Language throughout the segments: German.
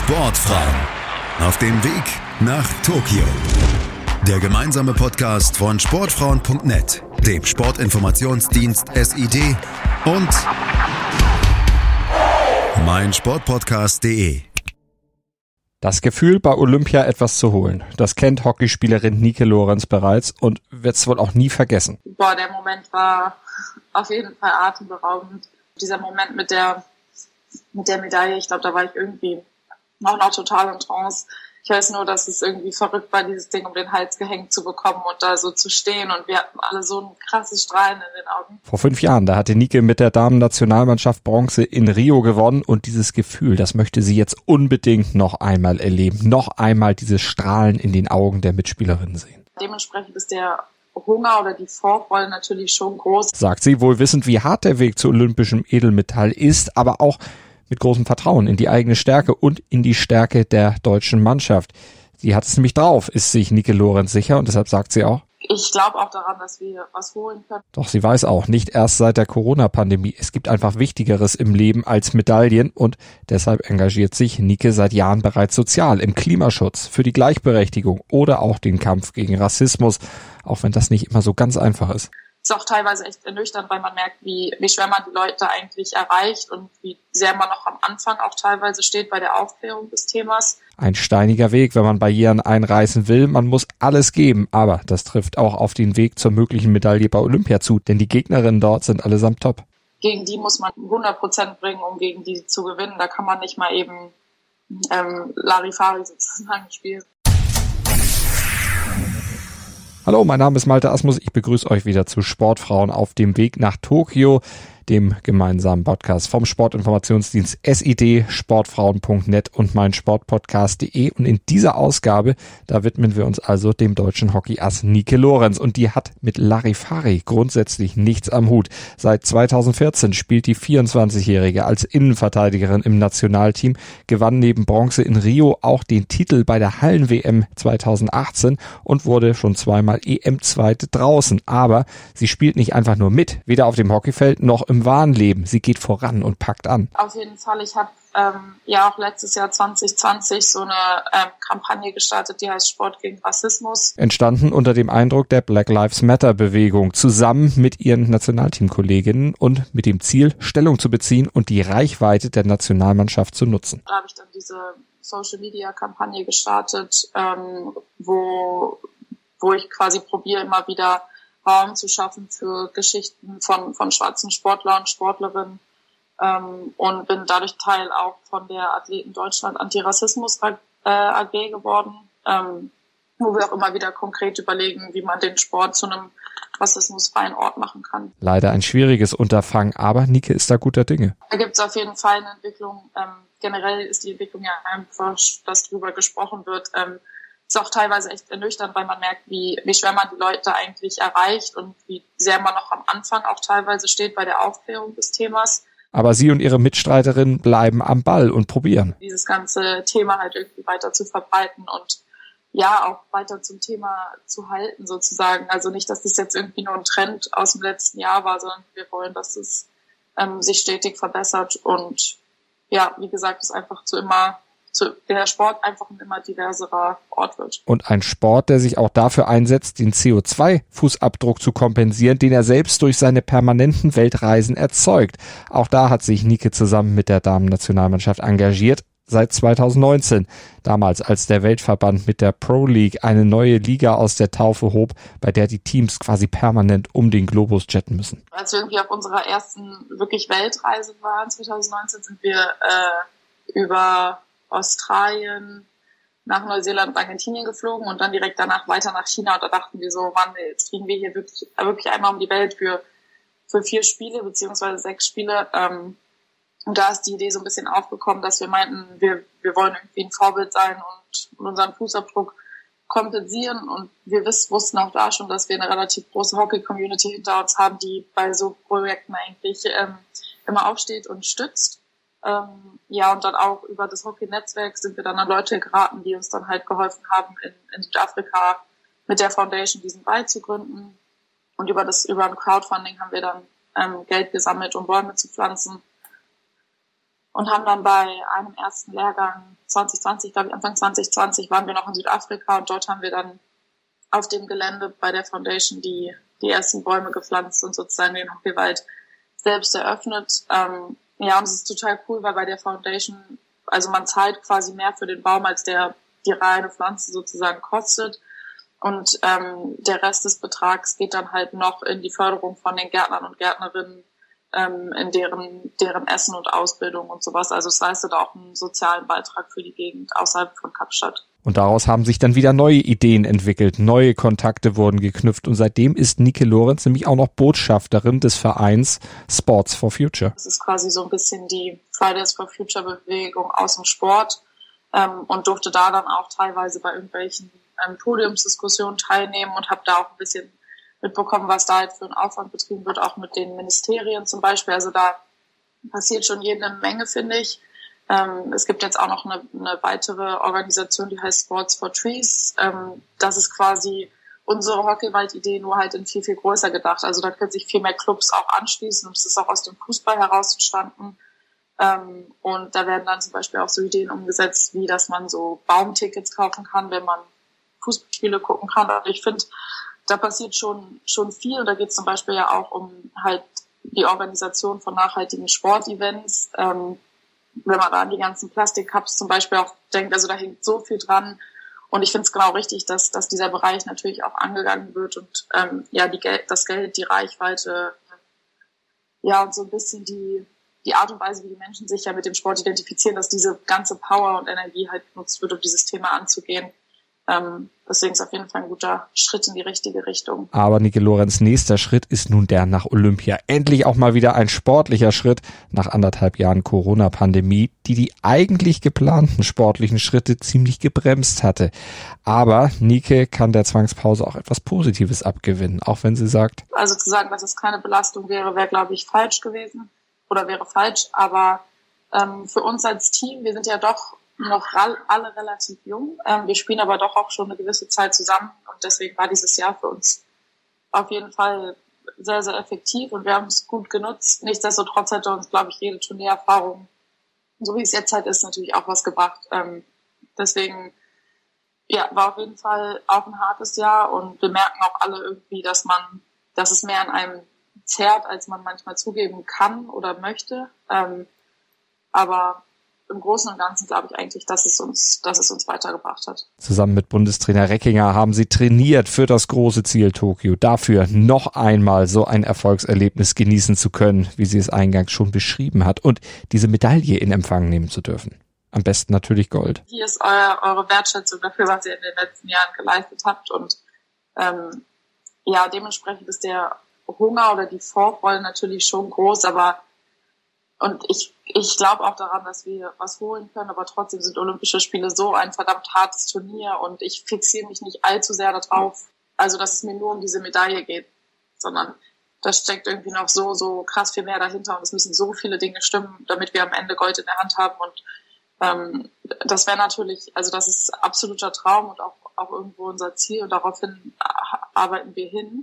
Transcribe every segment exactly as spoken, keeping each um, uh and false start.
Sportfrauen auf dem Weg nach Tokio. Der gemeinsame Podcast von sportfrauen punkt net, dem Sportinformationsdienst S I D und meinsportpodcast punkt de. Das Gefühl, bei Olympia etwas zu holen, das kennt Hockeyspielerin Nike Lorenz bereits und wird es wohl auch nie vergessen. Boah, der Moment war auf jeden Fall atemberaubend. Dieser Moment mit der mit der Medaille, ich glaube, da war ich irgendwie auch noch total in Trance. Ich weiß nur, dass es irgendwie verrückt war, dieses Ding um den Hals gehängt zu bekommen und da so zu stehen. Und wir hatten alle so ein krasses Strahlen in den Augen. Vor fünf Jahren, da hatte Nike mit der Damen-Nationalmannschaft Bronze in Rio gewonnen. Und dieses Gefühl, das möchte sie jetzt unbedingt noch einmal erleben. Noch einmal dieses Strahlen in den Augen der Mitspielerinnen sehen. Dementsprechend ist der Hunger oder die Vorfreude natürlich schon groß. Sagt sie, wohl wissend, wie hart der Weg zu olympischem Edelmetall ist, aber auch mit großem Vertrauen in die eigene Stärke und in die Stärke der deutschen Mannschaft. Sie hat es nämlich drauf, ist sich Nike Lorenz sicher, und deshalb sagt sie auch: Ich glaube auch daran, dass wir was holen können. Doch sie weiß auch, nicht erst seit der Corona-Pandemie, es gibt einfach Wichtigeres im Leben als Medaillen, und deshalb engagiert sich Nike seit Jahren bereits sozial im Klimaschutz, für die Gleichberechtigung oder auch den Kampf gegen Rassismus, auch wenn das nicht immer so ganz einfach ist. Ist auch teilweise echt ernüchternd, weil man merkt, wie, wie schwer man die Leute eigentlich erreicht und wie sehr man noch am Anfang auch teilweise steht bei der Aufklärung des Themas. Ein steiniger Weg, wenn man Barrieren einreißen will. Man muss alles geben, aber das trifft auch auf den Weg zur möglichen Medaille bei Olympia zu, denn die Gegnerinnen dort sind allesamt top. Gegen die muss man hundert Prozent bringen, um gegen die zu gewinnen. Da kann man nicht mal eben ähm, Larifari sozusagen spielen. Hallo, mein Name ist Malte Asmus. Ich begrüße euch wieder zu Sportfrauen auf dem Weg nach Tokio, dem gemeinsamen Podcast vom Sportinformationsdienst S I D, sportfrauen punkt net und meinsportpodcast punkt de. Und in dieser Ausgabe, da widmen wir uns also dem deutschen Hockeyass Nike Lorenz. Und die hat mit Larifari grundsätzlich nichts am Hut. Seit zweitausendvierzehn spielt die vierundzwanzigjährige als Innenverteidigerin im Nationalteam, gewann neben Bronze in Rio auch den Titel bei der Hallen-W M zweitausendachtzehn und wurde schon zweimal E M-Zweite draußen. Aber sie spielt nicht einfach nur mit, weder auf dem Hockeyfeld noch im wahren Leben. Sie geht voran und packt an. Auf jeden Fall. Ich habe ähm, ja auch letztes Jahr zwanzig zwanzig so eine ähm, Kampagne gestartet, die heißt Sport gegen Rassismus. Entstanden unter dem Eindruck der Black Lives Matter Bewegung, zusammen mit ihren Nationalteamkolleginnen und mit dem Ziel, Stellung zu beziehen und die Reichweite der Nationalmannschaft zu nutzen. Da habe ich dann diese Social-Media-Kampagne gestartet, ähm, wo, wo ich quasi probiere, immer wieder Raum zu schaffen für Geschichten von, von schwarzen Sportlern und Sportlerinnen, ähm, und bin dadurch Teil auch von der Athleten Deutschland Antirassismus äh, A G geworden, ähm, wo wir auch immer wieder konkret überlegen, wie man den Sport zu einem rassismusfreien Ort machen kann. Leider ein schwieriges Unterfangen, aber Nike ist da guter Dinge. Da gibt es auf jeden Fall eine Entwicklung. Ähm, generell ist die Entwicklung ja einfach, dass drüber gesprochen wird. Ähm, ist auch teilweise echt ernüchternd, weil man merkt, wie, wie schwer man die Leute eigentlich erreicht und wie sehr man noch am Anfang auch teilweise steht bei der Aufklärung des Themas. Aber sie und ihre Mitstreiterinnen bleiben am Ball und probieren. Dieses ganze Thema halt irgendwie weiter zu verbreiten und ja, auch weiter zum Thema zu halten sozusagen. Also nicht, dass das jetzt irgendwie nur ein Trend aus dem letzten Jahr war, sondern wir wollen, dass es ähm, sich stetig verbessert und ja, wie gesagt, es einfach zu immer zu der Sport einfach ein immer diverserer Ort wird. Und ein Sport, der sich auch dafür einsetzt, den C O zwei Fußabdruck zu kompensieren, den er selbst durch seine permanenten Weltreisen erzeugt. Auch da hat sich Nike zusammen mit der Damen-Nationalmannschaft engagiert. Seit zweitausendneunzehn, damals als der Weltverband mit der Pro League eine neue Liga aus der Taufe hob, bei der die Teams quasi permanent um den Globus jetten müssen. Als wir irgendwie auf unserer ersten wirklich Weltreise waren, zweitausendneunzehn, sind wir äh, über Australien nach Neuseeland und Argentinien geflogen und dann direkt danach weiter nach China. Und da dachten wir so, Mann, jetzt fliegen wir hier wirklich, wirklich einmal um die Welt für, für vier Spiele beziehungsweise sechs Spiele. Ähm, und da ist die Idee so ein bisschen aufgekommen, dass wir meinten, wir, wir wollen irgendwie ein Vorbild sein und unseren Fußabdruck kompensieren. Und wir wiss, wussten auch da schon, dass wir eine relativ große Hockey-Community hinter uns haben, die bei so Projekten eigentlich ähm, immer aufsteht und stützt. Ähm, ja, und dann auch über das Hockey-Netzwerk sind wir dann an Leute geraten, die uns dann halt geholfen haben, in, in Südafrika mit der Foundation diesen Ball zu gründen. Und über das über ein Crowdfunding haben wir dann ähm, Geld gesammelt, um Bäume zu pflanzen. und haben dann bei einem ersten Lehrgang zwanzig zwanzig, glaube ich, Anfang zwanzig zwanzig waren wir noch in Südafrika und dort haben wir dann auf dem Gelände bei der Foundation die, die ersten Bäume gepflanzt und sozusagen den Hockeywald selbst eröffnet. Ähm, ja, und es ist total cool, weil bei der Foundation, also man zahlt quasi mehr für den Baum, als der die reine Pflanze sozusagen kostet. Und ähm, der Rest des Betrags geht dann halt noch in die Förderung von den Gärtnern und Gärtnerinnen, ähm, in deren deren Essen und Ausbildung und sowas. Also es leistet auch einen sozialen Beitrag für die Gegend außerhalb von Kapstadt. Und daraus haben sich dann wieder neue Ideen entwickelt, neue Kontakte wurden geknüpft und seitdem ist Nike Lorenz nämlich auch noch Botschafterin des Vereins Sports for Future. Das ist quasi so ein bisschen die Fridays for Future Bewegung aus dem Sport, ähm, und durfte da dann auch teilweise bei irgendwelchen ähm, Podiumsdiskussionen teilnehmen und habe da auch ein bisschen mitbekommen, was da halt für ein Aufwand betrieben wird, auch mit den Ministerien zum Beispiel. Also da passiert schon jede Menge, finde ich. Ähm, es gibt jetzt auch noch eine, eine weitere Organisation, die heißt Sports for Trees. Ähm, das ist quasi unsere Hockeywald-Idee, nur halt in viel, viel größer gedacht. Also da können sich viel mehr Clubs auch anschließen und es ist auch aus dem Fußball heraus entstanden. Ähm, und da werden dann zum Beispiel auch so Ideen umgesetzt, wie dass man so Baumtickets kaufen kann, wenn man Fußballspiele gucken kann. Also ich finde, da passiert schon schon viel und da geht es zum Beispiel ja auch um halt die Organisation von nachhaltigen Sportevents. Ähm, wenn man da an die ganzen Plastikcups zum Beispiel auch denkt, also da hängt so viel dran. Und ich finde es genau richtig, dass dass dieser Bereich natürlich auch angegangen wird und ähm, ja die Geld, das Geld, die Reichweite, ja und so ein bisschen die die Art und Weise, wie die Menschen sich ja mit dem Sport identifizieren, dass diese ganze Power und Energie halt genutzt wird, um dieses Thema anzugehen. Ähm, deswegen ist auf jeden Fall ein guter Schritt in die richtige Richtung. Aber Nike Lorenz' nächster Schritt ist nun der nach Olympia. Endlich auch mal wieder ein sportlicher Schritt nach anderthalb Jahren Corona-Pandemie, die die eigentlich geplanten sportlichen Schritte ziemlich gebremst hatte. Aber Nike kann der Zwangspause auch etwas Positives abgewinnen, auch wenn sie sagt, also zu sagen, dass es keine Belastung wäre, wäre, glaube ich, falsch gewesen oder wäre falsch. Aber ähm, für uns als Team, wir sind ja doch noch alle relativ jung. Ähm, wir spielen aber doch auch schon eine gewisse Zeit zusammen und deswegen war dieses Jahr für uns auf jeden Fall sehr, sehr effektiv und wir haben es gut genutzt. Nichtsdestotrotz hätte uns, glaube ich, jede Turniererfahrung, so wie es jetzt halt ist, natürlich auch was gebracht. Ähm, deswegen, ja, war auf jeden Fall auch ein hartes Jahr und wir merken auch alle irgendwie, dass man, dass es mehr an einem zerrt, als man manchmal zugeben kann oder möchte. Ähm, aber im Großen und Ganzen glaube ich eigentlich, dass es uns, dass es uns weitergebracht hat. Zusammen mit Bundestrainer Reckinger haben sie trainiert für das große Ziel Tokio. Dafür noch einmal so ein Erfolgserlebnis genießen zu können, wie sie es eingangs schon beschrieben hat, und diese Medaille in Empfang nehmen zu dürfen. Am besten natürlich Gold. Hier ist euer, eure Wertschätzung dafür, was ihr in den letzten Jahren geleistet habt. Und ähm, ja, dementsprechend ist der Hunger oder die Vorfreude natürlich schon groß, aber und ich ich glaube auch daran, dass wir was holen können, aber trotzdem sind Olympische Spiele so ein verdammt hartes Turnier und ich fixiere mich nicht allzu sehr darauf, also dass es mir nur um diese Medaille geht, sondern da steckt irgendwie noch so, so krass viel mehr dahinter und es müssen so viele Dinge stimmen, damit wir am Ende Gold in der Hand haben und ähm, das wäre natürlich, also das ist absoluter Traum und auch, auch irgendwo unser Ziel und daraufhin arbeiten wir hin.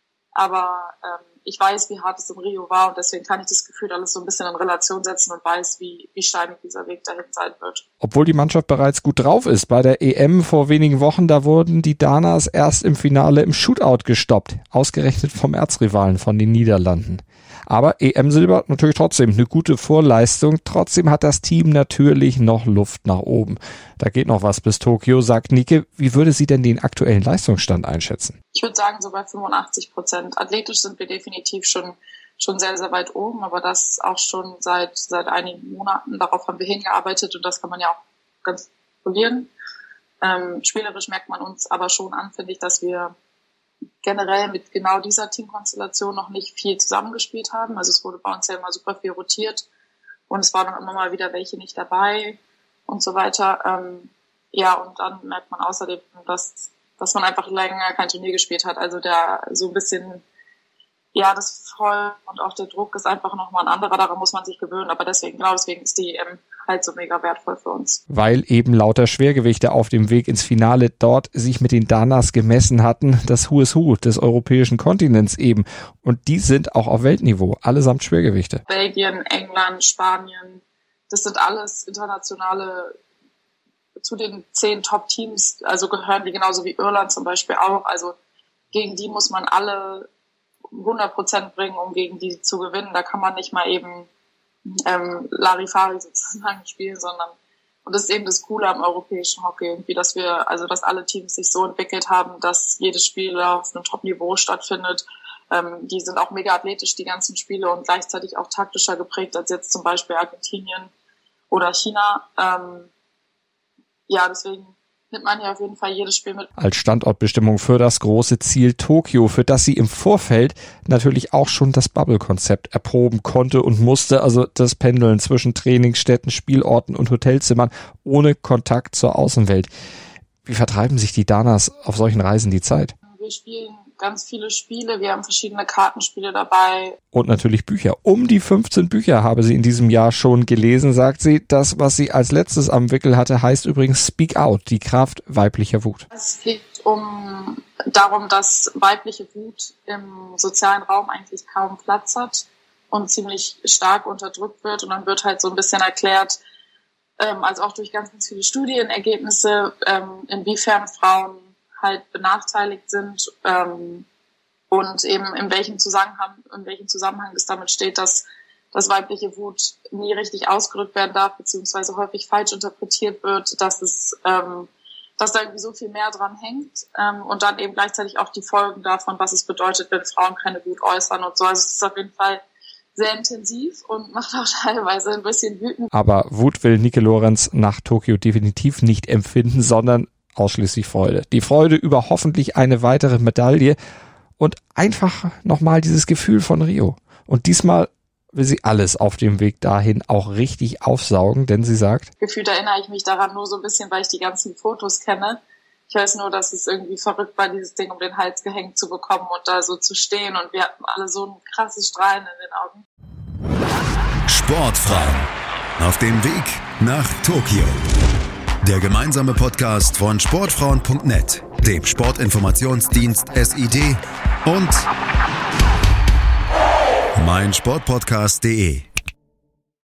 Aber ähm, ich weiß, wie hart es in Rio war und deswegen kann ich das Gefühl alles so ein bisschen in Relation setzen und weiß, wie, wie steinig dieser Weg dahin sein wird. Obwohl die Mannschaft bereits gut drauf ist, bei der E M vor wenigen Wochen, da wurden die Danas erst im Finale im Shootout gestoppt, ausgerechnet vom Erzrivalen von den Niederlanden. Aber E M-Silber natürlich trotzdem eine gute Vorleistung. Trotzdem hat das Team natürlich noch Luft nach oben. Da geht noch was bis Tokio, sagt Nike. Wie würde sie denn den aktuellen Leistungsstand einschätzen? Ich würde sagen, so bei fünfundachtzig Prozent. Athletisch sind wir definitiv schon schon sehr, sehr weit oben, aber das auch schon seit seit einigen Monaten. Darauf haben wir hingearbeitet und das kann man ja auch ganz kontrollieren. Ähm, spielerisch merkt man uns aber schon an, finde ich, dass wir generell mit genau dieser Teamkonstellation noch nicht viel zusammengespielt haben. Also es wurde bei uns ja immer super viel rotiert und es waren dann immer mal wieder welche nicht dabei und so weiter. Ähm, ja, und dann merkt man außerdem, dass dass man einfach länger kein Turnier gespielt hat. Also der so ein bisschen, ja, das Voll und auch der Druck ist einfach nochmal ein anderer, daran muss man sich gewöhnen. Aber deswegen, genau deswegen ist die E M halt so mega wertvoll für uns. Weil eben lauter Schwergewichte auf dem Weg ins Finale dort sich mit den Danas gemessen hatten, das Who is Who des europäischen Kontinents eben. Und die sind auch auf Weltniveau, allesamt Schwergewichte. Belgien, England, Spanien, das sind alles internationale, zu den zehn Top-Teams, also gehören die genauso wie Irland zum Beispiel auch. Also gegen die muss man alle hundert Prozent bringen, um gegen die zu gewinnen. Da kann man nicht mal eben ähm, Larifari sozusagen spielen, sondern, und das ist eben das Coole am europäischen Hockey irgendwie, dass wir, also dass alle Teams sich so entwickelt haben, dass jedes Spiel auf einem Top-Niveau stattfindet. Ähm, die sind auch mega athletisch, die ganzen Spiele, und gleichzeitig auch taktischer geprägt als jetzt zum Beispiel Argentinien oder China. Ähm, ja, deswegen nimmt man hier auf jeden Fall jedes Spiel mit. Als Standortbestimmung für das große Ziel Tokio, für das sie im Vorfeld natürlich auch schon das Bubble-Konzept erproben konnte und musste, also das Pendeln zwischen Trainingsstätten, Spielorten und Hotelzimmern ohne Kontakt zur Außenwelt. Wie vertreiben sich die Danas auf solchen Reisen die Zeit? Wir spielen ganz viele Spiele, wir haben verschiedene Kartenspiele dabei. Und natürlich Bücher. Um die fünfzehn Bücher habe sie in diesem Jahr schon gelesen, sagt sie. Das, was sie als letztes am Wickel hatte, heißt übrigens Speak Out, die Kraft weiblicher Wut. Es geht um darum, dass weibliche Wut im sozialen Raum eigentlich kaum Platz hat und ziemlich stark unterdrückt wird. Und dann wird halt so ein bisschen erklärt, ähm, also auch durch ganz, ganz viele Studienergebnisse, ähm, inwiefern Frauen halt benachteiligt sind, ähm, und eben in welchem Zusammenhang, in welchem Zusammenhang es damit steht, dass, dass weibliche Wut nie richtig ausgedrückt werden darf, beziehungsweise häufig falsch interpretiert wird, dass es, ähm, dass da irgendwie so viel mehr dran hängt, ähm, und dann eben gleichzeitig auch die Folgen davon, was es bedeutet, wenn Frauen keine Wut äußern und so. Also es ist auf jeden Fall sehr intensiv und macht auch teilweise ein bisschen wütend. Aber Wut will Nike Lorenz nach Tokio definitiv nicht empfinden, sondern ausschließlich Freude. Die Freude über hoffentlich eine weitere Medaille und einfach nochmal dieses Gefühl von Rio. Und diesmal will sie alles auf dem Weg dahin auch richtig aufsaugen, denn sie sagt, gefühlt erinnere ich mich daran nur so ein bisschen, weil ich die ganzen Fotos kenne. Ich weiß nur, dass es irgendwie verrückt war, dieses Ding um den Hals gehängt zu bekommen und da so zu stehen, und wir hatten alle so ein krasses Strahlen in den Augen. Sportfrauen auf dem Weg nach Tokio. Der gemeinsame Podcast von sportfrauen punkt net, dem Sportinformationsdienst S I D und meinsportpodcast punkt de.